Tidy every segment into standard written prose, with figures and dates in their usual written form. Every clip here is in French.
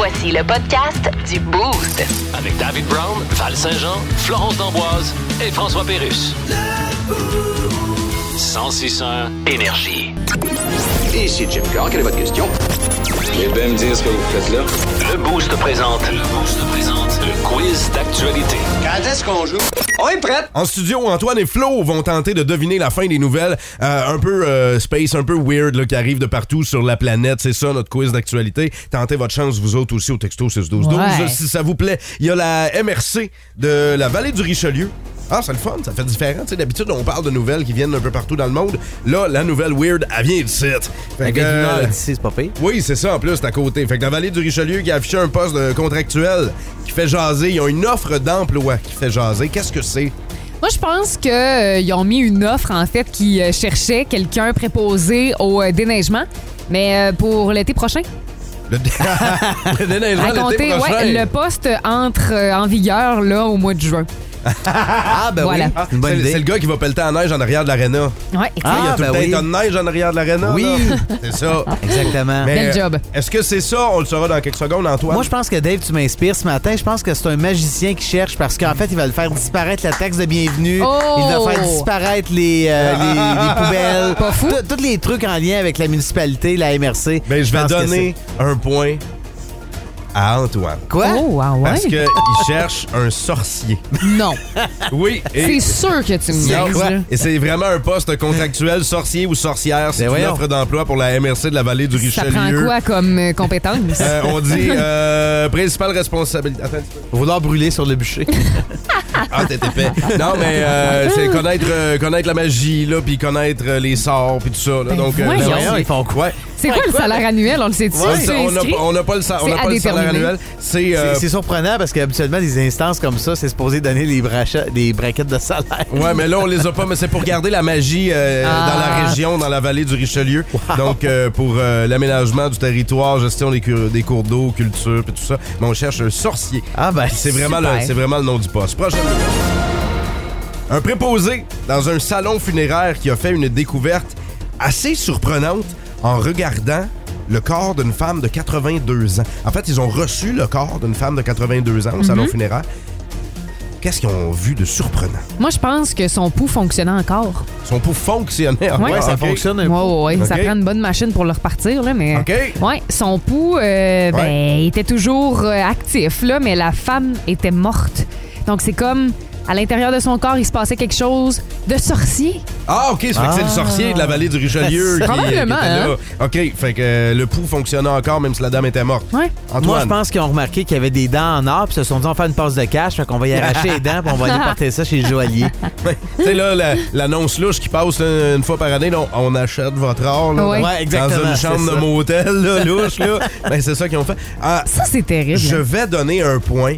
Voici le podcast du Boost. Avec David Brown, Val Saint-Jean, Florence D'Amboise et François Pérusse. 106.1 Énergie. Ici Jim Carr, quelle est votre question? Eh bien, me dire ce que vous faites là. Le Boost présente le quiz d'actualité. Quand est-ce qu'on joue? On est prêt! En studio, Antoine et Flo vont tenter de deviner la fin des nouvelles un peu space, un peu weird là, qui arrivent de partout sur la planète. C'est ça, notre quiz d'actualité. Tentez votre chance, vous autres aussi, au texto 61212. Ouais. Si ça vous plaît, il y a la MRC de la vallée du Richelieu. Ah, c'est le fun, ça fait différent. Tu sais, d'habitude, on parle de nouvelles qui viennent un peu partout dans le monde. Là, la nouvelle weird, elle vient d'ici. Fait que, d'ici, c'est pas pire. oui, c'est ça, en plus, c'est à côté. Fait que la vallée du Richelieu qui a affiché un poste de contractuel qui fait jaser. Ils ont une offre d'emploi qui fait jaser. Qu'est-ce que c'est? Moi, je pense qu'ils ont mis une offre, en fait, qui cherchait quelqu'un préposé au déneigement, mais pour l'été prochain. Le déneigement À l'été compter, prochain. ouais, le poste entre en vigueur là, au mois de juin. Ah, ben Voilà. oui, une bonne idée. C'est le gars qui va pelleter la neige en arrière de l'aréna. Ouais, Il y a tout ben le oui. tas de neige en arrière de l'aréna. Oui. là. C'est ça. Exactement. Mais, Bel job. Est-ce que c'est ça? On le saura dans quelques secondes, Antoine. Moi, je pense que Dave, tu m'inspires ce matin. Je pense que c'est un magicien qui cherche parce qu'en fait, il va le faire disparaître la taxe de bienvenue. Oh! Il va faire disparaître les poubelles. Pas fou. Tous les trucs en lien avec la municipalité, la MRC. Ben, je vais pense que donner un point à Antoine. Quoi? Oh, ah ouais? Parce qu'il cherche un sorcier. Non. Oui. C'est sûr que tu me Non, niaises, là. et c'est vraiment un poste contractuel, sorcier ou sorcière. C'est Ben une voyons. offre d'emploi pour la MRC de la vallée du Ça Richelieu. prend quoi comme compétence? On dit principale responsabilité. Attends un petit peu. Vouloir brûler sur le bûcher. Ah, t'es épais. Non, mais c'est connaître la magie, là, puis connaître les sorts, puis tout ça. Là. Ben Donc, voyons. Voyons, ils font quoi? C'est quoi le salaire annuel? On le sait-tu? Ouais, C'est on inscrit? n'a pas le salaire C'est à déterminer. annuel. C'est surprenant parce qu'habituellement, des instances comme ça, c'est supposé donner les braquettes de salaire. Ouais, mais là, on les a pas, mais c'est pour garder la magie dans la région, dans la vallée du Richelieu. Donc, pour l'aménagement du territoire, gestion des cours d'eau, culture, puis tout ça. Mais on cherche un sorcier. Ah ben, C'est vraiment super. le nom du poste. Prochaine nouvelle. Un préposé dans un salon funéraire qui a fait une découverte assez surprenante en regardant le corps d'une femme de 82 ans. En fait, ils ont reçu le corps d'une femme de 82 ans au salon funéraire. Qu'est-ce qu'ils ont vu de surprenant? Moi, je pense que son pouls fonctionnait encore. Son pouls fonctionnait. Ouais, ça ok. fonctionne un peu. Ouais. Ça Ok. prend une bonne machine pour le repartir, là, mais... OK. Ouais, son pouls, il était toujours actif, là, mais la femme était morte. Donc, c'est comme... À l'intérieur de son corps, il se passait quelque chose de sorcier. Ah, OK, ça fait que c'est le sorcier de la vallée du Richelieu qui Probablement, était là. hein? OK, fait que le pouls fonctionnait encore même si la dame était morte. Ouais. Antoine. Moi, je pense qu'ils ont remarqué qu'il y avait des dents en or, puis se sont dit, on va faire une passe de cash, fait qu'on va y arracher les dents, puis on va aller porter ça chez le joaillier. Tu sais, là, l'annonce louche qui passe là, une fois par année, là, on achète votre or là, Ouais. Ouais, exactement. dans une c'est chambre ça. de motel là, louche. Là. Ben, c'est ça qu'ils ont fait. Ah, Ça, c'est terrible. je vais donner un point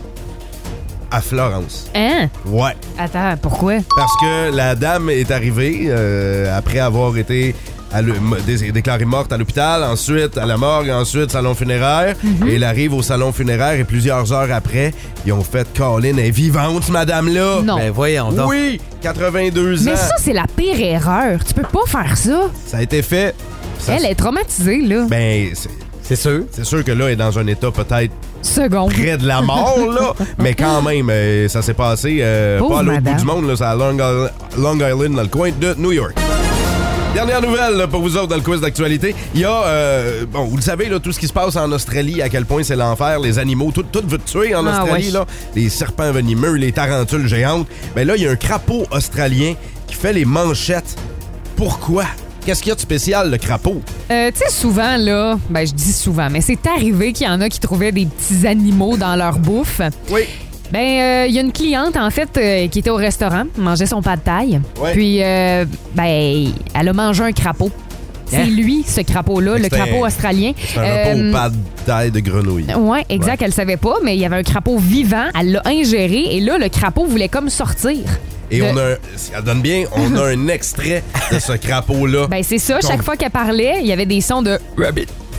à Florence. Hein? Ouais. Attends, pourquoi? Parce que la dame est arrivée après avoir été déclarée morte à l'hôpital, ensuite à la morgue, ensuite salon funéraire. Et elle arrive au salon funéraire et plusieurs heures après, ils ont fait Colin, elle est vivante, ce madame-là. Non. Ben voyons donc. Oui, 82 ans. Mais ça, c'est la pire erreur. Tu peux pas faire ça. Ça a été fait. Ça- Elle est traumatisée, là. Ben, C'est sûr. c'est sûr que là, elle est dans un état peut-être Seconde. près de la mort, là. Mais quand même, ça s'est passé Pauvre pas à l'autre bout madame. du monde, là, c'est à Long Island, dans le coin de New York. Dernière nouvelle là, pour vous autres dans le quiz d'actualité. Il y a, bon, vous le savez, là, tout ce qui se passe en Australie, à quel point c'est l'enfer, les animaux, tout veut te tuer en Ah, Australie, ouais. là. Les serpents venimeux, les tarentules géantes. Ben là, il y a un crapaud australien qui fait les manchettes. Pourquoi? Qu'est-ce qu'il y a de spécial, le crapaud? Tu sais, souvent, là, ben je dis souvent, mais c'est arrivé qu'il y en a qui trouvaient des petits animaux dans leur bouffe. Oui. Ben, il y a une cliente, en fait, qui était au restaurant, mangeait son pas de taille. Ouais. Puis, ben, elle a mangé un crapaud. C'est Hein? lui, ce crapaud-là, le C'est crapaud australien. C'est un repas aux pattes d'ail de grenouille. Oui, exact, elle savait pas, mais il y avait un crapaud vivant. Elle l'a ingéré et là, le crapaud voulait comme sortir. Et on a, ça donne bien, on a un extrait de ce crapaud-là. Ben, c'est ça. Chaque fois qu'elle parlait, il y avait des sons de rabbit.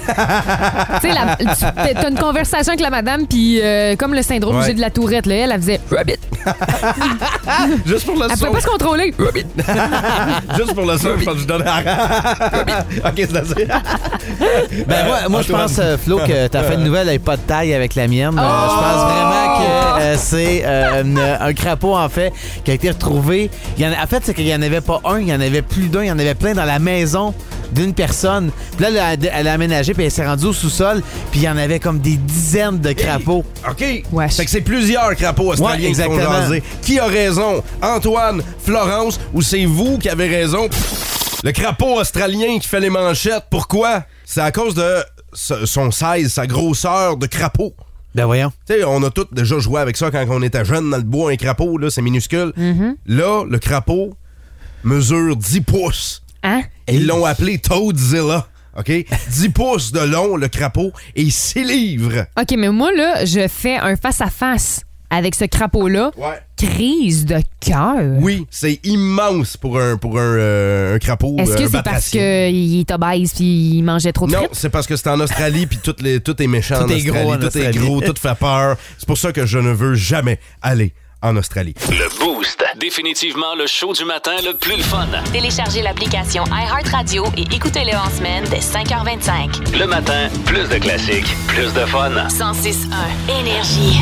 Tu sais, t'as une conversation avec la madame, puis comme le syndrome de la tourette, là, elle faisait Rabbit. Juste pour le son. Elle peut pas se contrôler. Rabbit. Juste pour le son, je pense que je donne OK, c'est assez. Moi je pense, Flo, que ta fin de nouvelle n'a pas de taille avec la mienne. Je pense vraiment que c'est un crapaud, en fait, qui a été retrouvé. En fait, c'est qu'il n'y en avait pas un, il y en avait plus d'un, il y en avait plein dans la maison d'une personne. Puis là, elle a aménagé, puis elle s'est rendue au sous-sol, puis il y en avait comme des dizaines de crapauds. OK. Wesh. Fait que c'est plusieurs crapauds australiens qui sont jasés. Qui a raison? Antoine, Florence, ou c'est vous qui avez raison? Le crapaud australien qui fait les manchettes, pourquoi? C'est à cause de son size, sa grosseur de crapaud. Ben voyons. Tu sais, on a tous déjà joué avec ça quand on était jeune dans le bois, un crapaud, là, c'est minuscule. Mm-hmm. Là, le crapaud mesure 10 pouces. Hein? Ils l'ont appelé Toadzilla. OK? 10 pouces de long, le crapaud, et 6 livres. OK, mais moi, là, je fais un face-à-face avec ce crapaud-là. Ouais. Crise de cœur. Oui, c'est immense pour un crapaud. Est-ce que c'est parce qu'il est obèse puis il mangeait trop de Non, frites? c'est parce que c'est en Australie puis tout est méchant Tout en est gros Australie. en Tout Australie. est gros, tout fait peur. C'est pour ça que je ne veux jamais aller en Australie. Le Boost. Définitivement le show du matin le plus le fun. Téléchargez l'application iHeartRadio et écoutez-le en semaine dès 5h25. Le matin, plus de classiques, plus de fun. 106.1 Énergie.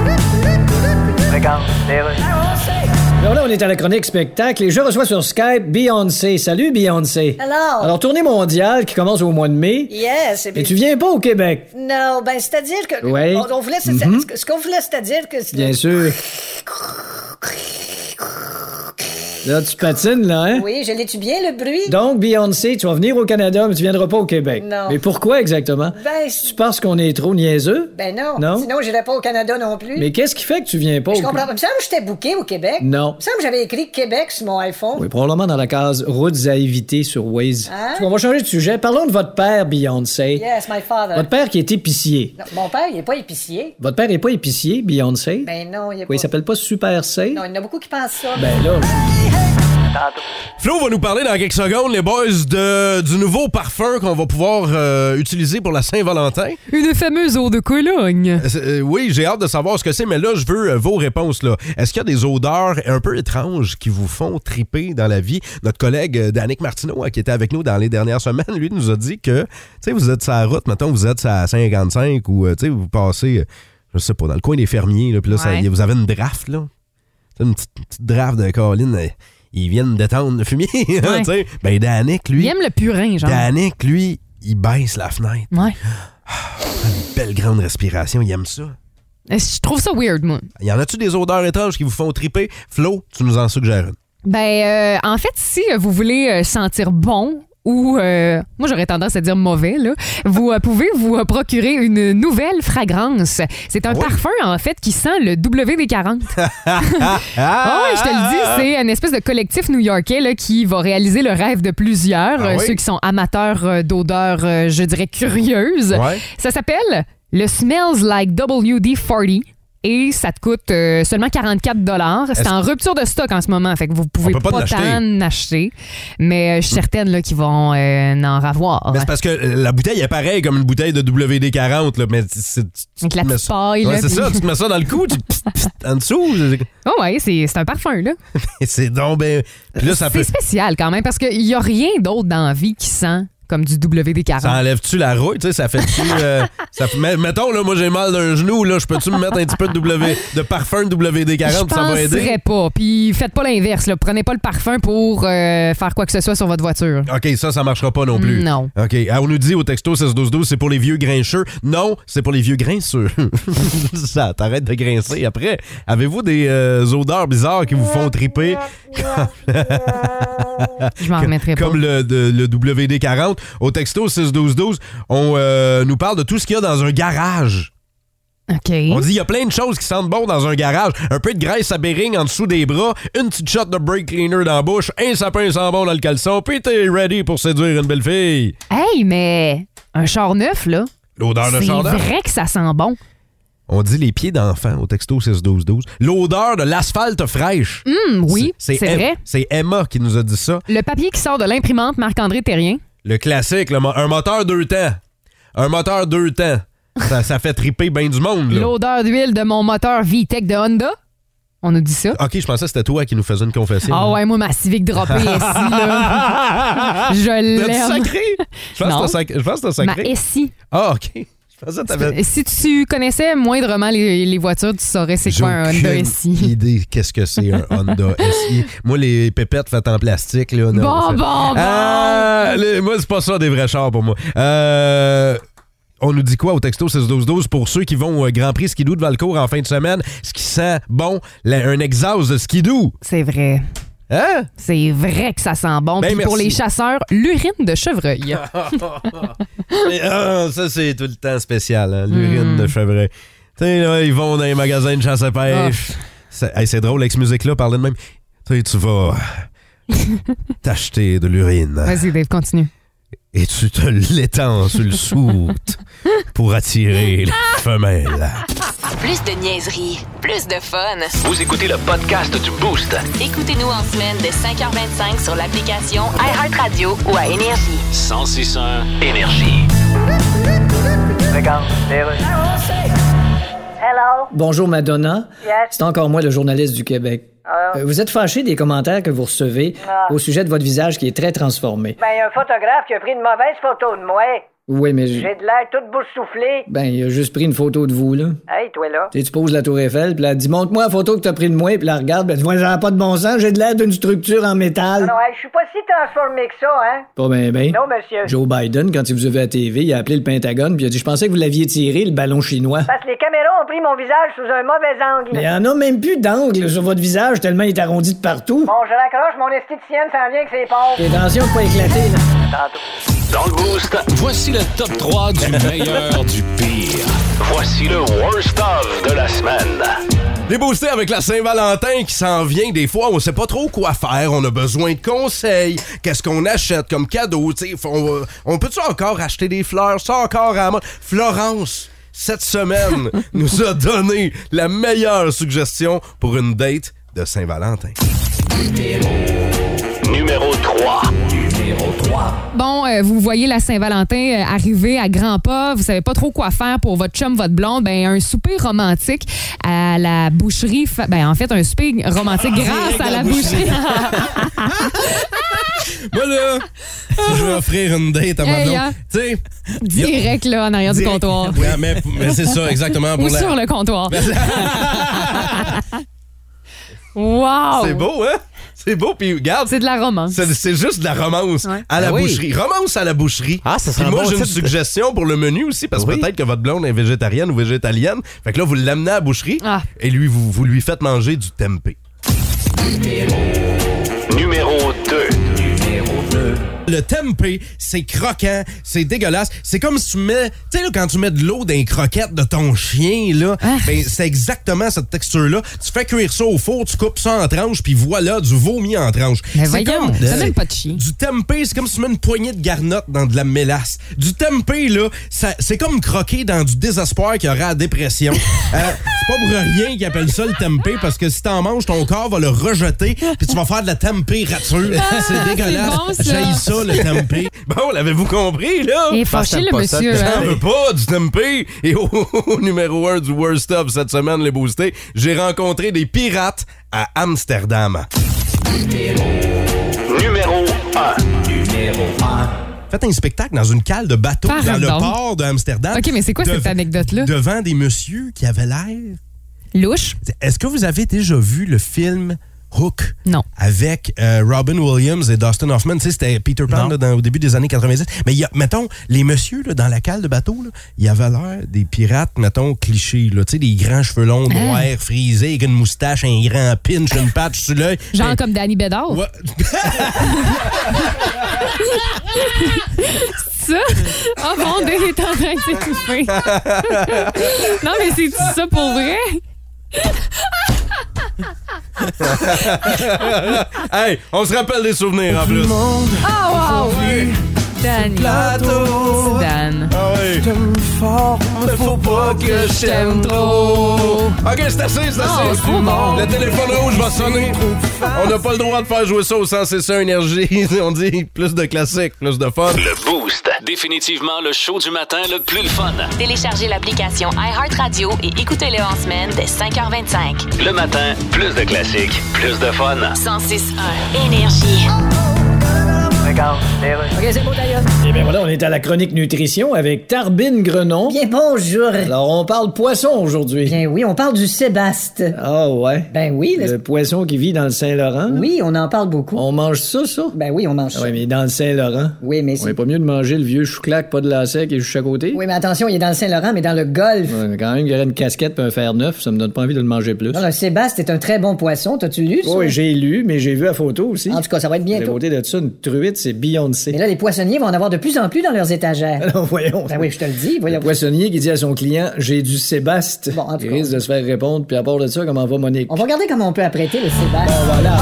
Alors là, on est à la chronique spectacle et je reçois sur Skype Beyoncé. Salut Beyoncé. Alors? Alors, tournée mondiale qui commence au mois de mai. Yes. Mais tu viens pas au Québec. Non, ben, c'est-à-dire que. Ouais. On voulait. Ce qu'on voulait, c'est-à-dire que. Bien sûr. Là, tu patines, là, hein? Oui, je l'ai-tu bien, le bruit? Donc, Beyoncé, tu vas venir au Canada, mais tu viendras pas au Québec. Non. Mais pourquoi exactement? Ben, Tu penses qu'on est trop niaiseux? ben non. Non? Sinon, j'irais pas au Canada non plus. Mais qu'est-ce qui fait que tu viens pas Je au comprends Québec? pas. Il me semble que j'étais booké au Québec. Non. Il me semble que j'avais écrit Québec sur mon iPhone. Oui, probablement dans la case routes à éviter sur Waze. Hein? On va changer de sujet. Parlons de votre père, Beyoncé. Yes, my father. Votre père qui est épicier. Non, mon père, il est pas épicier. Votre père est pas épicier, Beyoncé? Ben non, il est pas. Oui, il s'appelle pas Super C? Non, il y en a beaucoup qui pensent ça. Ben là, Flo va nous parler dans quelques secondes, les boys, du nouveau parfum qu'on va pouvoir utiliser pour la Saint-Valentin. Une fameuse eau de Cologne. Oui, j'ai hâte de savoir ce que c'est, mais là, je veux vos réponses. Là. Est-ce qu'il y a des odeurs un peu étranges qui vous font triper dans la vie? Notre collègue Danick Martineau, qui était avec nous dans les dernières semaines, lui, nous a dit que, tu sais, vous êtes sur la route, mettons, vous êtes à 55 ou, tu sais, vous passez, je sais pas, dans le coin des fermiers, là, puis là, Ouais. vous avez une draft, là. Une petite draft de Caroline. Ils viennent détendre le fumier. Ouais. Tu sais. Ben, Danick, lui. Il aime le purin, genre. Danick, lui, il baisse la fenêtre. Ouais. Une belle grande respiration, il aime ça. Je trouve ça weird, moi. Y en a-tu des odeurs étranges qui vous font triper? Flo, tu nous en suggères une. Ben, en fait, si vous voulez sentir bon ou, moi j'aurais tendance à dire mauvais, là, vous pouvez vous procurer une nouvelle fragrance. C'est un Oui. parfum, en fait, qui sent le WD-40. Je te le dis, c'est une espèce de collectif new-yorkais là, qui va réaliser le rêve de plusieurs, Ah oui? ceux qui sont amateurs d'odeurs, je dirais, curieuses. Ouais. Ça s'appelle le Smells Like WD-40. Et ça te coûte seulement 44 $. C'est en rupture de stock en ce moment, fait que vous pouvez On peut pas pas l'acheter. tant acheter. Mais je suis certaine là, qu'ils vont en avoir. Mais c'est parce que la bouteille est pareille comme une bouteille de WD-40, là, mais Avec la tu mets petite ça- paille. Ouais, là, c'est puis- ça, tu te mets ça dans le cou, tu en dessous. Oh ouais, c'est un parfum, là. C'est donc ben. Puis là, ça C'est peut. spécial quand même, parce qu'il y a rien d'autre dans la vie qui sent comme du WD-40. Ça enlève-tu la rouille? Tu sais, ça fait-tu. Mettons, là, moi, j'ai mal d'un genou, là, je peux-tu me mettre un petit peu de parfum de WD-40 Je ça va aider? penserais pas. Puis faites pas l'inverse. Là. Prenez pas le parfum pour faire quoi que ce soit sur votre voiture. OK, ça marchera pas non plus. Non. OK. On nous dit au texto 16-12-12, c'est pour les vieux grincheux. Non, c'est pour les vieux grinceux. Ça, t'arrêtes de grincer après. Avez-vous des odeurs bizarres qui vous font triper? Je m'en remettrai pas. Comme le WD-40. Au texto 6-12-12, on nous parle de tout ce qu'il y a dans un garage. OK. On dit il y a plein de choses qui sentent bon dans un garage. Un peu de graisse à Bering en dessous des bras, une petite shot de brake cleaner dans la bouche, un sapin sent bon dans le caleçon, puis t'es ready pour séduire une belle fille. Hey, mais un char neuf, là, L'odeur de c'est chardon. vrai que ça sent bon. On dit les pieds d'enfant au texto 6-12-12. L'odeur de l'asphalte fraîche. Oui, c'est vrai. C'est Emma qui nous a dit ça. Le papier qui sort de l'imprimante Marc-André Terrien. Le classique, un moteur 2 temps. un moteur 2 temps. Ça fait triper bien du monde, là. L'odeur d'huile de mon moteur VTEC de Honda. On nous dit ça. OK, je pensais que c'était toi qui nous faisais une confession. Ah ouais, moi, ma Civic droppée ici, là. Je T'as-tu l'aime. sacré? Je pense que t'as sacré. Ma SI. Ah, OK. Je pensais que t'avais... Si tu connaissais moindrement les voitures, tu saurais c'est quoi un Honda SI. idée qu'est-ce que c'est un Honda SI. Moi, les pépettes faites en plastique, là... Non, Bon. moi, c'est pas ça des vrais chars pour moi. On nous dit quoi au texto 6-12-12 pour ceux qui vont au Grand Prix Skidoo de Valcourt en fin de semaine? Ce qui sent, bon, un exhaust de Skidoo. C'est vrai. Hein? C'est vrai que ça sent bon. Ben, Puis pour merci. les chasseurs, l'urine de chevreuil. Ça, c'est tout le temps spécial, hein, l'urine de chevreuil. Tu sais, là, ils vont dans les magasins de chasse à pêche. C'est drôle avec cette musique-là, parler de même. Tu sais, tu vas t'acheter de l'urine. Vas-y, Dave, continue. Et tu te l'étends sur le soute pour attirer les femelles. Plus de niaiserie, plus de fun. Vous écoutez le podcast du Boost. Écoutez-nous en semaine de 5h25 sur l'application iHeartRadio ou à Énergie. 106.1 Énergie. Hello? Bonjour Madonna. Yes. C'est encore moi le journaliste du Québec. Vous êtes fâché des commentaires que vous recevez au sujet de votre visage qui est très transformé. Ben, y a un photographe qui a pris une mauvaise photo de moi. Oui, mais J'ai de l'air toute boursouflée. ben, il a juste pris une photo de vous, là. Hey, toi là. Tu sais, tu poses la tour Eiffel, puis là, dis, montre-moi la photo que t'as pris de moi, puis la regarde, ben, tu vois, j'en ai pas de bon sens, j'ai de l'air d'une structure en métal. Non, hey, je suis pas si transformé que ça, hein? Pas ben. Non, monsieur. Joe Biden, quand il vous a vu à la TV, il a appelé le Pentagone, puis il a dit, je pensais que vous l'aviez tiré, le ballon chinois. Parce que les caméras ont pris mon visage sous un mauvais angle. Mais il y en a même plus d'angle sur votre visage, tellement il est arrondi de partout. Bon, je raccroche, mon esthéticienne s'en vient avec ses pauvres. Fais attention de pas éclater, là. Dans le Boost, voici le top 3 du meilleur du pire. Voici le worst of de la semaine. Les boostés avec la Saint-Valentin qui s'en vient. Des fois, on sait pas trop quoi faire. On a besoin de conseils. Qu'est-ce qu'on achète comme cadeau? T'sais, on peut-tu encore acheter des fleurs? Ça encore à la mode? Florence, cette semaine, nous a donné la meilleure suggestion pour une date de Saint-Valentin. Numéro 3. Bon, vous voyez la Saint-Valentin arriver à grands pas, vous savez pas trop quoi faire pour votre chum, votre blonde, ben un souper romantique à la boucherie, en fait un souper romantique grâce à la boucherie. Moi là, si je veux offrir une date à ma Hey, blonde, hein? tu sais... Direct là en arrière du comptoir. Ouais, mais c'est ça, exactement. Ou sur le comptoir. Wow! C'est beau, hein? C'est beau, puis regarde. C'est de la romance. C'est juste de la romance à la boucherie. Romance à la boucherie. Ah, ça serait Puis moi, bon j'ai une titre. suggestion pour le menu aussi, parce que peut-être que votre blonde est végétarienne ou végétalienne. Fait que là, vous l'amenez à la boucherie et lui, vous lui faites manger du tempeh. Numéro 2. Le tempeh, c'est croquant, c'est dégueulasse. C'est comme si tu mets... Tu sais, là, quand tu mets de l'eau dans les croquettes de ton chien, là, ben, c'est exactement cette texture-là. Tu fais cuire ça au four, tu coupes ça en tranches, puis voilà, du vomi en tranches. Mais C'est voyons, comme... ça donne pas de chien. Du tempeh, c'est comme si tu mets une poignée de garnottes dans de la mélasse. Du tempeh, là, c'est comme croquer dans du désespoir qui aurait la dépression. C'est pas pour rien qu'ils appellent ça le tempeh, parce que si t'en manges, ton corps va le rejeter, puis tu vas faire de la température. C'est dégueulasse. C'est bon, ça. J'haïs ça, le tempeh. Bon, l'avez-vous compris, là? Il est fâché, le pas ça. monsieur. J'en Hein? veux pas du tempeh. Et au numéro 1 du Worst of cette semaine, les boostés, j'ai rencontré des pirates à Amsterdam. Numéro 1. Faites un spectacle dans une cale de bateau Pardon. dans le port d'Amsterdam. OK, mais c'est quoi cette anecdote-là? Devant des messieurs qui avaient l'air... Louche? Est-ce que vous avez déjà vu le film Hook? Non. Avec Robin Williams et Dustin Hoffman. Tu sais, c'était Peter Pan là, au début des années 90. Mais il y a, mettons, les messieurs là, dans la cale de bateau, là, il y avait l'air des pirates, mettons, clichés. Tu sais, des grands cheveux longs, noirs, frisés, avec une moustache, un grand pinch, une patch sur l'œil. Genre Ben, comme Danny Bédard? ouais. Ça? Oh mon Dieu, il est en train de s'étouffer. Non, mais c'est ça pour vrai? Hey, on se rappelle des souvenirs en plus. Oh, wow! Dan. Plateau. Dan. Ah oui. Je t'aime fort, mais faut pas que je t'aime trop. OK, c'est assez. c'est trop bon. Le téléphone rouge va sonner. On n'a pas le droit de faire jouer ça au 106.1 Énergie. On dit plus de classiques, plus de fun. Le Boost. Définitivement le show du matin le plus le fun. Téléchargez l'application iHeartRadio et écoutez-le en semaine dès 5h25. Le matin, plus de classiques, plus de fun. 106.1 Énergie. OK, c'est bon, d'ailleurs. Eh bien, voilà, on est à la chronique nutrition avec Tarbine Grenon. Bien bonjour. Alors, on parle poisson aujourd'hui. Bien oui, on parle du sébaste. Ah ouais? Ben oui. Le poisson qui vit dans le Saint-Laurent? Oui, on en parle beaucoup. On mange ça? Ben oui, on mange ça. Oui, mais dans le Saint-Laurent? Oui, mais c'est pas mieux de manger le vieux chou-clac, pas de lacet qui est juste à côté? Oui, mais attention, il est dans le Saint-Laurent, mais dans le Golfe. Ouais, mais quand même, il y aurait une casquette et un fer neuf, ça me donne pas envie de le manger plus. Non, le sébaste est un très bon poisson. T'as-tu lu ça? Oui, j'ai lu, mais j'ai vu la photo aussi. En tout cas, ça va être bientôt. À côté de ça, une truite, c'est Beyoncé. Mais là, les poissonniers vont en avoir de plus en plus dans leurs étagères. Alors, voyons. Ben oui, je te le dis. Voyons. Le poissonnier qui dit à son client « J'ai du sébaste », Bon, en tout il cas. risque de se faire répondre, puis à part de ça, comment va Monique? On va regarder comment on peut apprêter le sébaste. Voilà.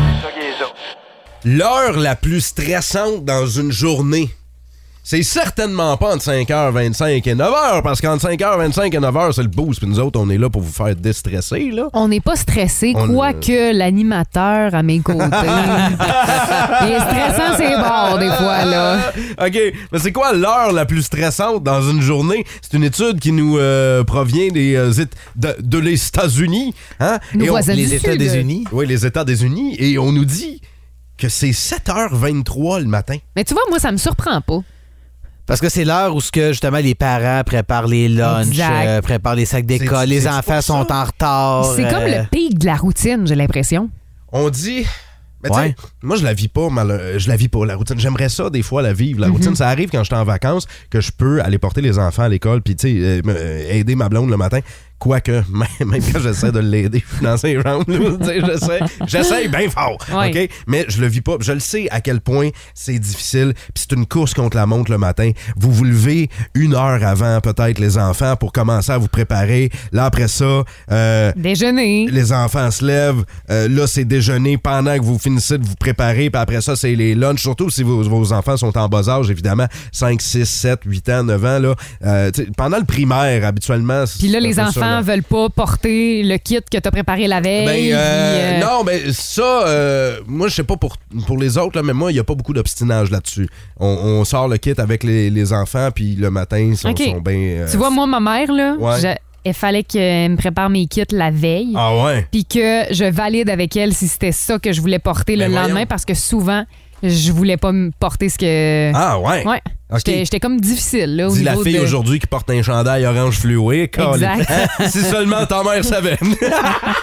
L'heure la plus stressante dans une journée, c'est certainement pas entre 5h25 et 9h, parce qu'entre 5h25 et 9h, c'est le boost, puis nous autres, on est là pour vous faire déstresser, là. On n'est pas stressé, quoique l'animateur à mes côtés. Il est stressant, c'est bon, des fois, là. OK, mais c'est quoi l'heure la plus stressante dans une journée? C'est une étude qui nous provient de les États-Unis. Hein? Nos voisins Les du États Sud. des Unis. Oui, les États-Unis. Et on nous dit que c'est 7h23 le matin. Mais tu vois, moi, ça me surprend pas. Parce que c'est l'heure où justement les parents préparent les lunchs, Exact. préparent les sacs d'école, les c'est enfants pour sont ça. en retard. C'est comme le pic de la routine, j'ai l'impression. On dit... Mais Ouais. moi, je la vis pas, la routine. J'aimerais ça, des fois, la vivre. La routine, ça arrive quand je suis en vacances, que je peux aller porter les enfants à l'école, puis, tu sais, aider ma blonde le matin. Quoique, même quand j'essaie de l'aider, je suis dans ses rounds, j'essaie bien fort, Ouais. OK? Mais je le vis pas. Je le sais à quel point c'est difficile, puis c'est une course contre la montre le matin. Vous vous levez 1 heure avant, peut-être, les enfants, pour commencer à vous préparer. Là, après ça... Déjeuner. Les enfants se lèvent. Là, c'est déjeuner pendant que vous finissez de vous préparer. Puis après ça, c'est les lunchs. Surtout si vos enfants sont en bas âge, évidemment. 5, 6, 7, 8 ans, 9 ans. Là, pendant le primaire, habituellement... Puis là, les c'est un peu enfants ça, là. veulent pas porter le kit que t'as préparé la veille. Non, mais ça, moi, je sais pas pour les autres, là, mais moi, il n'y a pas beaucoup d'obstinage là-dessus. On sort le kit avec les enfants, puis le matin, ils sont bien... Tu vois, moi, ma mère, là, Ouais. il fallait qu'elle me prépare mes kits la veille. Ah ouais? Puis que je valide avec elle si c'était ça que je voulais porter le Ben lendemain, voyons. parce que souvent, je voulais pas me porter ce que... Ah ouais? Ouais. OK. J'étais comme difficile, là, au Dis la niveau fille de... aujourd'hui qui porte un chandail orange fluo. Exact. Si seulement ta mère savait. Elle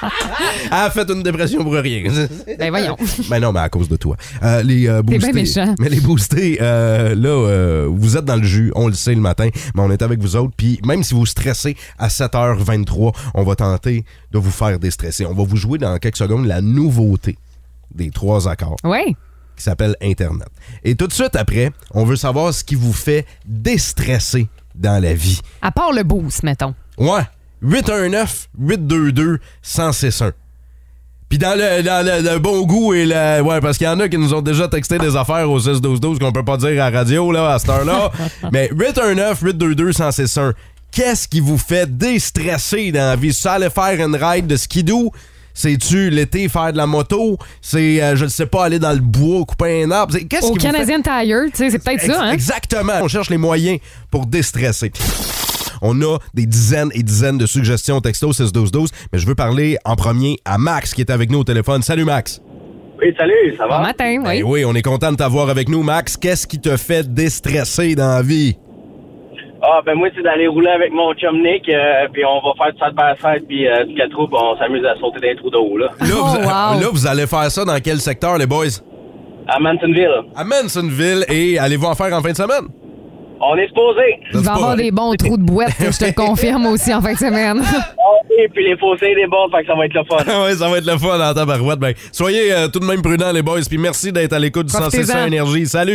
a fait une dépression pour rien. Ben voyons. Ben non, mais à cause de toi. Les boostés. bien méchant. Mais les boostés, là, vous êtes dans le jus, on le sait le matin, mais on est avec vous autres. Puis même si vous stressez à 7h23, on va tenter de vous faire déstresser. On va vous jouer dans quelques secondes la nouveauté des 3 accords. Oui. Qui s'appelle Internet. Et tout de suite après, on veut savoir ce qui vous fait déstresser dans la vie. À part le boost, mettons. Ouais. 819-822-1061. Puis dans le bon goût et la... Ouais, parce qu'il y en a qui nous ont déjà texté des affaires au 6-12-12 qu'on peut pas dire à la radio, là, à cette heure-là. Mais 819-822-1061. Qu'est-ce qui vous fait déstresser dans la vie? Ça allait faire une ride de skidoo? C'est-tu l'été faire de la moto? C'est, je ne sais pas, aller dans le bois, couper un arbre? Qu'est-ce Au qui vous fait... Canadian Tire, tu sais, c'est peut-être ça, hein? Exactement. On cherche les moyens pour déstresser. On a des dizaines et dizaines de suggestions texto 6-12-12, mais je veux parler en premier à Max qui est avec nous au téléphone. Salut Max. Oui, salut, ça va? Bon matin, oui. Ben oui, on est content de t'avoir avec nous, Max. Qu'est-ce qui te fait déstresser dans la vie? Ah, ben moi, c'est d'aller rouler avec mon chum Nick, puis on va faire du side by side, puis du 4 roues, puis on s'amuse à sauter des trous d'eau, là. Là, vous allez faire ça dans quel secteur, les boys? À Mansonville. À Mansonville, et allez-vous en faire en fin de semaine? On est supposé. Il va y avoir des bons trous de boîte, je te le confirme aussi en fin de semaine. Et puis les fossés, des bons, fait que ça va être le fun. Oui, ça va être le fun en tabarouette. Ben, soyez tout de même prudents, les boys, puis merci d'être à l'écoute du 106.1 Énergie. Salut!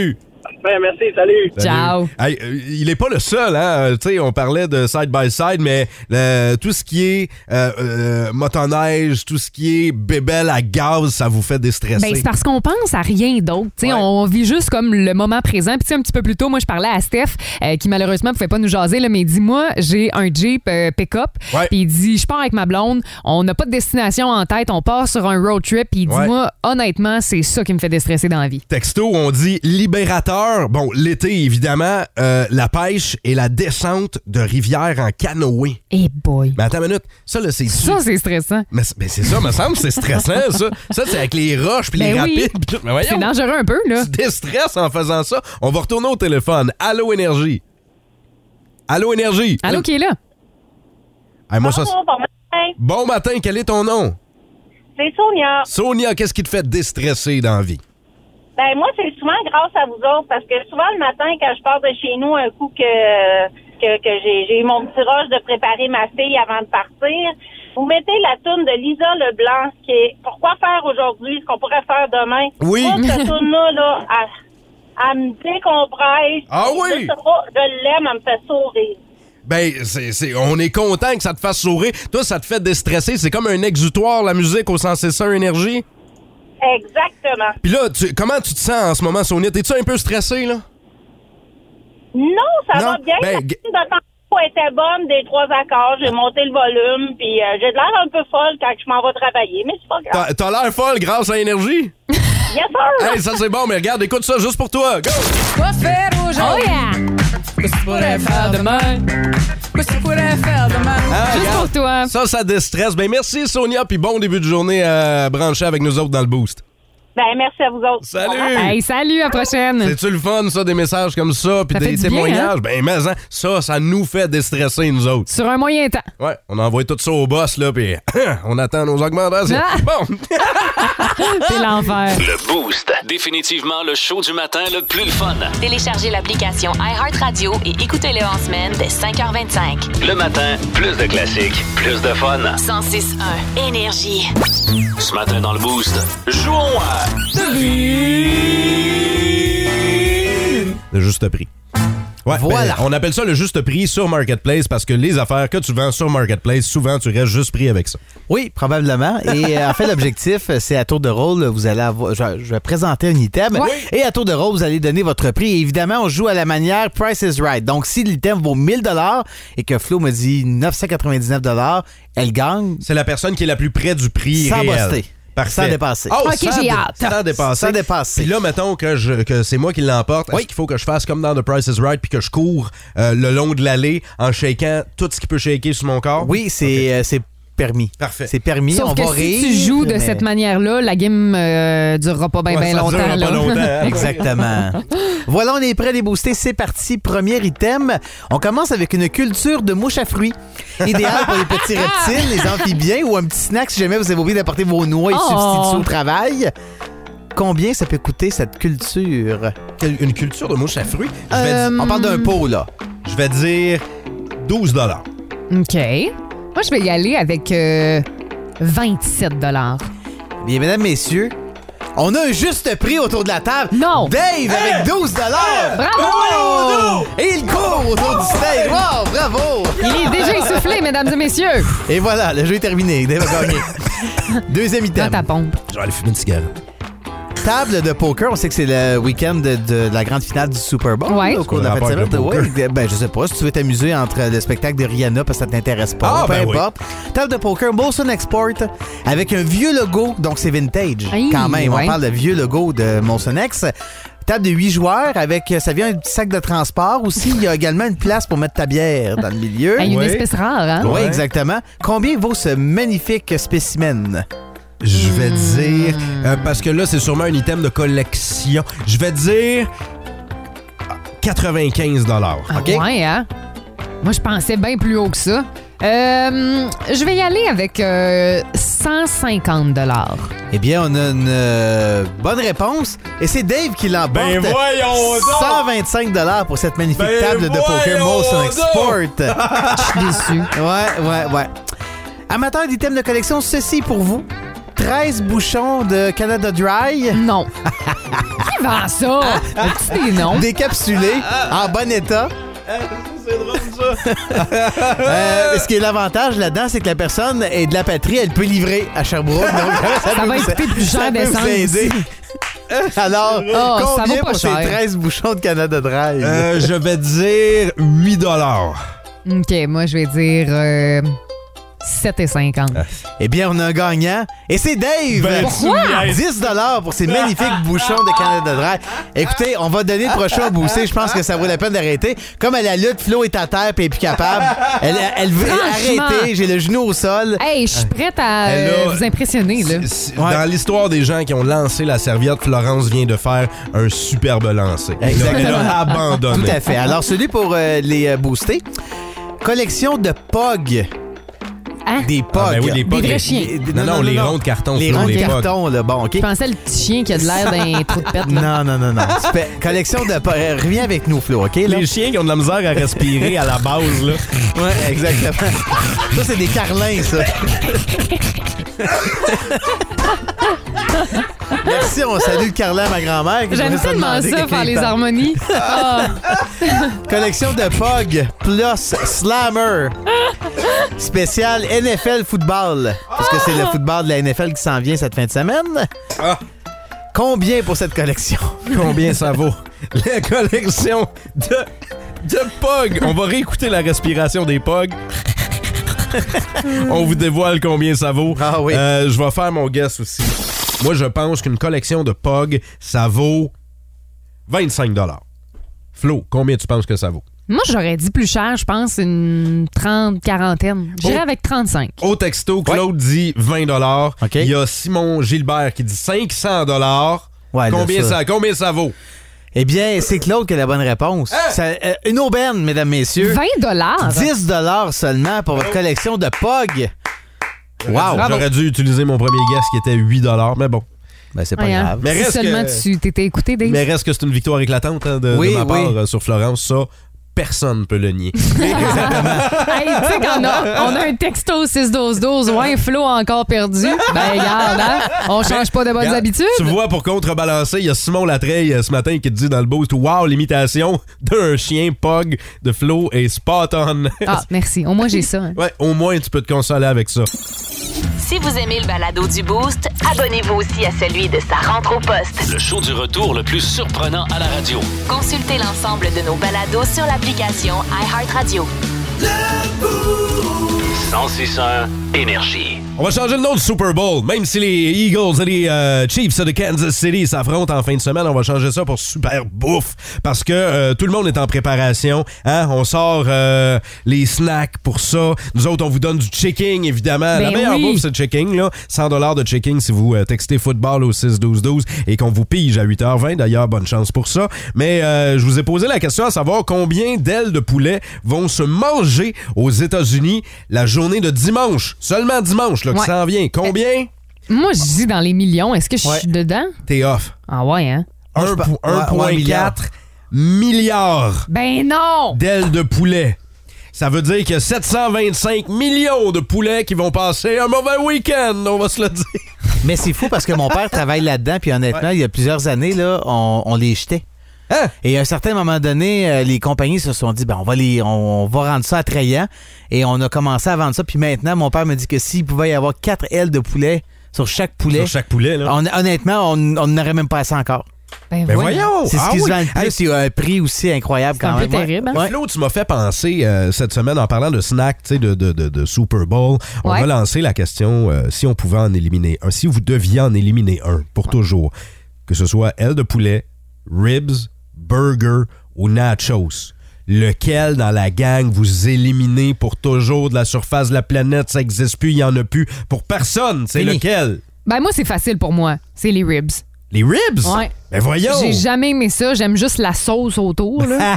Ben, merci, salut. Ciao. Hey, il est pas le seul, hein. Tu sais, on parlait de side by side, mais tout ce qui est motoneige, tout ce qui est bébelle à gaz, ça vous fait déstresser. Ben, c'est parce qu'on pense à rien d'autre. Ouais. On vit juste comme le moment présent. Puis un petit peu plus tôt, moi, je parlais à Steph, qui malheureusement ne pouvait pas nous jaser, là, mais il dit, moi, j'ai un Jeep pick-up. Ouais. Puis il dit, je pars avec ma blonde, on n'a pas de destination en tête, on part sur un road trip. Puis il dit, moi, honnêtement, c'est ça qui me fait déstresser dans la vie. Texto, on dit libérateur. Bon, l'été, évidemment, la pêche et la descente de rivière en canoë. Eh boy. Mais attends une minute. Ça, là, c'est... Ça, c'est stressant. Mais c'est ça, me semble, c'est stressant, ça. Ça, c'est avec les roches puis les Ben oui. rapides. Pis tout. Mais voyons, C'est dangereux un peu, là. tu déstresses en faisant ça. On va retourner au téléphone. Allô, Énergie. Allô, Énergie. Allô, qui est là? Hey, moi, ça, Bonjour, bon matin. bon matin, quel est ton nom? C'est Sonia. Sonia, qu'est-ce qui te fait déstresser dans la vie? Ben moi, c'est souvent grâce à vous autres, parce que souvent le matin, quand je pars de chez nous, un coup que j'ai eu mon petit rush de préparer ma fille avant de partir, vous mettez la toune de Lisa Leblanc, qui est « Pourquoi faire aujourd'hui ce qu'on pourrait faire demain? » Oui. Moi, cette toune-là, elle me décompresse. Ah oui? Je sais pas, je l'aime, elle me fait sourire. Ben, on est content que ça te fasse sourire. Toi, ça te fait déstresser. C'est comme un exutoire, la musique, au 106.1 Énergie. Exactement. Puis là, comment tu te sens en ce moment, Sonia? T'es-tu un peu stressée, là? Non, ça Non? va bien. Ben, La toune de tempo était bonne des 3 accords. J'ai monté le volume, puis j'ai de l'air un peu folle quand je m'en vais travailler, mais c'est pas grave. T'as l'air folle grâce à Énergie? Yes, sir! Hey, ça c'est bon, mais regarde, écoute ça juste pour toi. Go! Quoi faire Oh aujourd'hui? yeah! Qu'est-ce que tu pourrais faire demain? Qu'est-ce que tu pourrais faire demain? Ah, Juste regarde. pour toi. Ça déstresse. Ben merci Sonia, puis bon début de journée à brancher avec nous autres dans le Boost. Ben, merci à vous autres. Salut! Hey, salut, à la prochaine. C'est-tu le fun, ça, des messages comme ça, puis Ça fait des du bien, témoignages? hein? Ben, mais hein, ça nous fait déstresser, nous autres. Sur un moyen temps. Ouais, on envoie tout ça au boss, là, puis on attend nos augmentations. Ah! Bon! C'est l'enfer. Le Boost. Définitivement le show du matin le plus le fun. Téléchargez l'application iHeartRadio et écoutez-le en semaine dès 5h25. Le matin, plus de classiques, plus de fun. 106.1 Énergie. Ce matin dans le Boost, jouons à Le juste prix. Ouais, Voilà. ben, on appelle ça le juste prix sur Marketplace parce que les affaires que tu vends sur Marketplace, souvent, tu restes juste pris avec ça. Oui, probablement. Et en fait, l'objectif, c'est à tour de rôle, vous allez avoir, je vais présenter un item. Ouais. Et à tour de rôle, vous allez donner votre prix. Et évidemment, on joue à la manière Price is Right. Donc, si l'item vaut 1000 $ et que Flo me dit 999 $, elle gagne. C'est la personne qui est la plus près du prix Sans réel. buster. Parfait. Sans dépasser. Oh, Ok, j'ai hâte. Sans dépasser. Sans dépasser. Puis là, mettons que c'est moi qui l'emporte. Oui. Est-ce qu'il faut que je fasse comme dans The Price is Right puis que je cours le long de l'allée en shakant tout ce qui peut shaker sur mon corps? Oui, c'est permis. Parfait. C'est permis. Sauf on que va si rire. tu joues de mais- cette manière-là, la game durera pas bien Ouais, ça longtemps. durera là. pas longtemps, hein? Exactement. Voilà, on est prêt à débooster. C'est parti. Premier item. On commence avec une culture de mouches à fruits. Idéal pour les petits reptiles, les amphibiens ou un petit snack si jamais vous avez oublié d'apporter vos noix et substituts au travail. Combien ça peut coûter cette culture? Une culture de mouche à fruits? On parle d'un pot, là. Je vais dire 12 $. OK. Moi, je vais y aller avec 27 $. Bien, mesdames, messieurs, on a un juste prix autour de la table. Non! Dave avec 12 $. Bravo! Et il court autour du stage. Wow, bravo! Il est déjà essoufflé, mesdames et messieurs. Et voilà, le jeu est terminé. Dave a gagné. Deuxième Dans item. ta pompe. Je vais aller fumer une cigarette. Table de poker, on sait que c'est le week-end de la grande finale du Super Bowl. Ouais. là, au cours de la Rapport fête de avec le semaine. poker. Ouais, ben, je sais pas, si tu veux t'amuser entre le spectacle de Rihanna parce que ça t'intéresse pas, Ah, peu ben oui. importe. Table de poker, Molson Export, avec un vieux logo, donc c'est vintage. Aïe, quand même, ouais. on parle de vieux logo de Molson X. Table de 8 joueurs avec, ça vient un petit sac de transport aussi. Il y a également une place pour mettre ta bière dans le milieu. Hey, une Ouais. espèce rare, hein? Oui, Ouais. exactement. Combien vaut ce magnifique spécimen? Je vais dire, parce que là, c'est sûrement un item de collection, je vais dire 95 $. Ah, OK. ouais, hein? Moi, je pensais bien plus haut que ça. Je vais y aller avec 150 $. Eh bien, on a une bonne réponse. Et c'est Dave qui l'emporte. Ben voyons donc! 125 $ pour cette magnifique Ben table de poker voyons Molson donc! Export. Je suis déçu. Ouais. Amateurs d'items de collection, ceci pour vous. 13 bouchons de Canada Dry. Non. Qui vend ça? As-tu des noms? Décapsulé, en bon état. C'est drôle, ça. Ce qui est l'avantage là-dedans, c'est que la personne est de la patrie, elle peut livrer à Sherbrooke. Donc, ça va coûter plus cher d'essence. Alors, combien pour ces 13 bouchons de Canada Dry? Je vais dire 8 $. OK, moi, je vais dire 7,50. Eh bien, on a un gagnant. Et c'est Dave! Pourquoi? 10 $ pour ces magnifiques bouchons de Canada Dry. Écoutez, on va donner le prochain au Boosté. Je pense que ça vaut la peine d'arrêter. Comme à la lutte, Flo est à terre et elle est plus capable. Elle veut arrêter. J'ai le genou au sol. Hey, je suis prête à vous impressionner. Là. Dans l'histoire des gens qui ont lancé la serviette, Florence vient de faire un superbe lancer. Exactement. Elle a abandonné. Tout à fait. Alors, celui pour les boostés. Collection de POG. Hein? Des POG. Oui, les POG. Des vrais chiens. Non, les ronds de carton. Les ronds de carton, là. Bon, OK. Je pensais le petit chien qui a de l'air d'un trou de pète. Non. Collection de POG. Reviens avec nous, Flo, OK? Là? Les chiens qui ont de la misère à respirer à la base, là. Oui, exactement. Ça, c'est des carlins, ça. Merci, on salue le carlin à ma grand-mère. J'aime tellement ça, faire les harmonies. Collection de POG plus Slammer. Spécial NFL football. Parce que c'est le football de la NFL qui s'en vient cette fin de semaine. Combien pour cette collection? Combien ça vaut? La collection de POG. On va réécouter la respiration des POG. On vous dévoile combien ça vaut. Ah oui. Je vais faire mon guess aussi. Moi, je pense qu'une collection de POG, ça vaut 25 $. Flo, combien tu penses que ça vaut? Moi, j'aurais dit plus cher, je pense, une 40. J'irais avec 35. Au texto, Claude dit 20 $. OK. Il y a Simon Gilbert qui dit 500 $. Ouais, Combien ça vaut? Eh bien, c'est Claude qui a la bonne réponse. Une aubaine, mesdames, messieurs. 20 $? 10 $ seulement pour votre collection de POG. Wow! J'aurais dû utiliser mon premier guess qui était 8 $, mais bon. Ben, c'est pas grave. Mais si reste seulement tu t'étais écouté, Dave. Mais reste que c'est une victoire éclatante de ma part sur Florence. Ça, personne ne peut le nier. Hey, tu sais qu'on a un texto 6-12-12. Ouais, Flo a encore perdu. Ben, regarde, hein? On change pas de bonnes habitudes. Tu vois, pour contrebalancer, il y a Simon Latreille ce matin qui te dit dans le boost, wow, l'imitation d'un chien POG de Flo est spot on. Ah, merci. Au moins, j'ai ça. Hein. Ouais, au moins, tu peux te consoler avec ça. Si vous aimez le balado du Boost, abonnez-vous aussi à celui de Sa rentre au poste. Le show du retour le plus surprenant à la radio. Consultez l'ensemble de nos balados sur l'application iHeartRadio. 106.1 Énergie. On va changer le nom du Super Bowl. Même si les Eagles et les Chiefs de Kansas City s'affrontent en fin de semaine, on va changer ça pour Super Bouffe. Parce que tout le monde est en préparation. Hein? On sort les snacks pour ça. Nous autres, on vous donne du checking, évidemment. La meilleure bouffe, c'est le checking. Là. 100 $ de checking si vous textez football au 6-12-12 et qu'on vous pige à 8h20. D'ailleurs, bonne chance pour ça. Mais je vous ai posé la question à savoir combien d'ailes de poulet vont se manger aux États-Unis la journée de dimanche. Seulement dimanche. Là, qui s'en vient. Combien? Moi, je dis dans les millions. Est-ce que je suis dedans? T'es off. Ah ouais, hein? 1,4 milliard. Ben non! D'ailes de poulet. Ça veut dire qu'il y a 725 millions de poulets qui vont passer un mauvais week-end, on va se le dire. Mais c'est fou parce que mon père travaille là-dedans, puis honnêtement, il y a plusieurs années, là, on les jetait. Hein? Et à un certain moment donné, les compagnies se sont dit, ben on va rendre ça attrayant. Et on a commencé à vendre ça. Puis maintenant, mon père me dit que s'il pouvait y avoir 4 ailes de poulet sur chaque poulet. Sur chaque poulet, là. Honnêtement, on n'aurait même pas assez encore. Ben voyons! C'est ce qui se vend le plus. Il y a un prix aussi incroyable quand même. C'est un peu terrible. Hein? Flo, tu m'as fait penser cette semaine en parlant de snacks, tu sais, de Super Bowl. On va lancer la question si on pouvait en éliminer un. Si vous deviez en éliminer un pour toujours, que ce soit aile de poulet, ribs, burger ou nachos. Lequel dans la gang vous éliminez pour toujours de la surface de la planète? Ça n'existe plus, il n'y en a plus. Pour personne, c'est lequel? Ben moi, c'est facile pour moi. C'est les ribs. Les ribs? Ouais. Ben voyons! J'ai jamais aimé ça. J'aime juste la sauce autour. Là.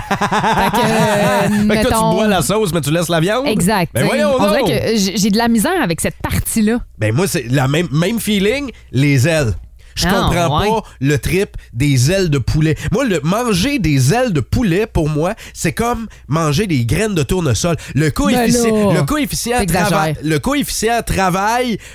Fait que toi, tu bois la sauce, mais tu laisses la viande? Exact. Ben voyons on dirait donc. que j'ai de la misère avec cette partie-là. Ben moi, c'est la même feeling, les ailes. Je comprends pas le trip des ailes de poulet. Moi, manger des ailes de poulet, pour moi, c'est comme manger des graines de tournesol. Le coefficient travaille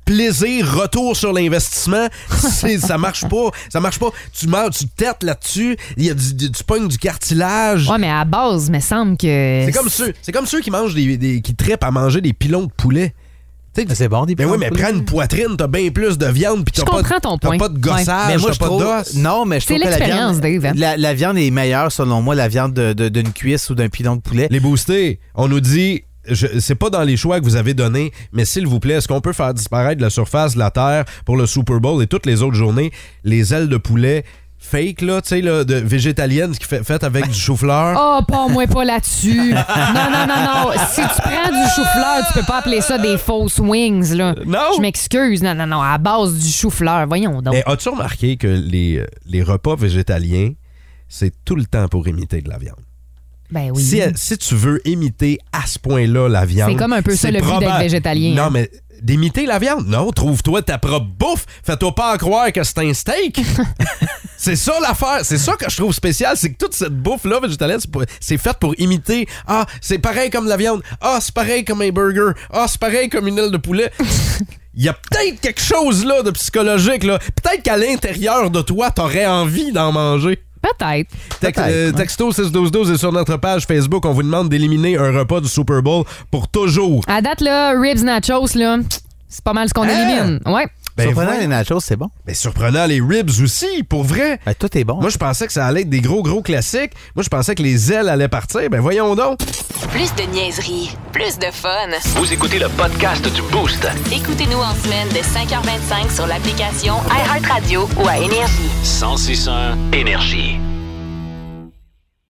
plaisir, retour sur l'investissement, ça marche pas. Ça marche pas. Tu têtes là-dessus, il y a tu pognes du cartilage. Ouais, mais à base, il me semble que... C'est comme ceux qui mangent qui trippent à manger des pilons de poulet. C'est bon, des pilons de poulet. Mais prends une poitrine, t'as bien plus de viande, puis t'as pas de gossage, mais moi, t'as pas d'os. Non, mais je trouve que la viande, Dave, hein? la viande est meilleure, selon moi, la viande d'une cuisse ou d'un pilon de poulet. Les boostés, on nous dit... c'est pas dans les choix que vous avez donnés, mais s'il vous plaît, est-ce qu'on peut faire disparaître de la surface de la Terre pour le Super Bowl et toutes les autres journées, les ailes de poulet fake, là, tu sais, là, de végétalienne faites avec du chou-fleur? Oh, pas moi pas là-dessus. Non. Si tu prends du chou-fleur, tu peux pas appeler ça des fausses wings, là. Non. Je m'excuse. Non, à base du chou-fleur. Voyons donc. Mais as-tu remarqué que les repas végétaliens, c'est tout le temps pour imiter de la viande? Ben oui. Si tu veux imiter à ce point-là la viande... C'est comme un peu ça le but d'être végétalien. Non, mais d'imiter la viande? Non, trouve-toi ta propre bouffe. Fais-toi pas croire que c'est un steak. C'est ça l'affaire. C'est ça que je trouve spécial. C'est que toute cette bouffe-là végétalienne, c'est fait pour imiter. Ah, c'est pareil comme la viande. Ah, c'est pareil comme un burger. Ah, c'est pareil comme une aile de poulet. Il y a peut-être quelque chose là de psychologique. Là. Peut-être qu'à l'intérieur de toi, t'aurais envie d'en manger. Peut-être. Texto 61212 et sur notre page Facebook, on vous demande d'éliminer un repas du Super Bowl pour toujours. À date, là, ribs nachos, là, c'est pas mal ce qu'on élimine. Ouais. Surprenant, les nachos, c'est bon. Mais surprenant, les ribs aussi, pour vrai. Ben, tout est bon. Moi, je pensais que ça allait être des gros classiques. Moi, je pensais que les ailes allaient partir. Ben, voyons donc. Plus de niaiserie, plus de fun. Vous écoutez le podcast du Boost. Écoutez-nous en semaine de 5h25 sur l'application iHeartRadio ou à Énergie. 106.1 Énergie.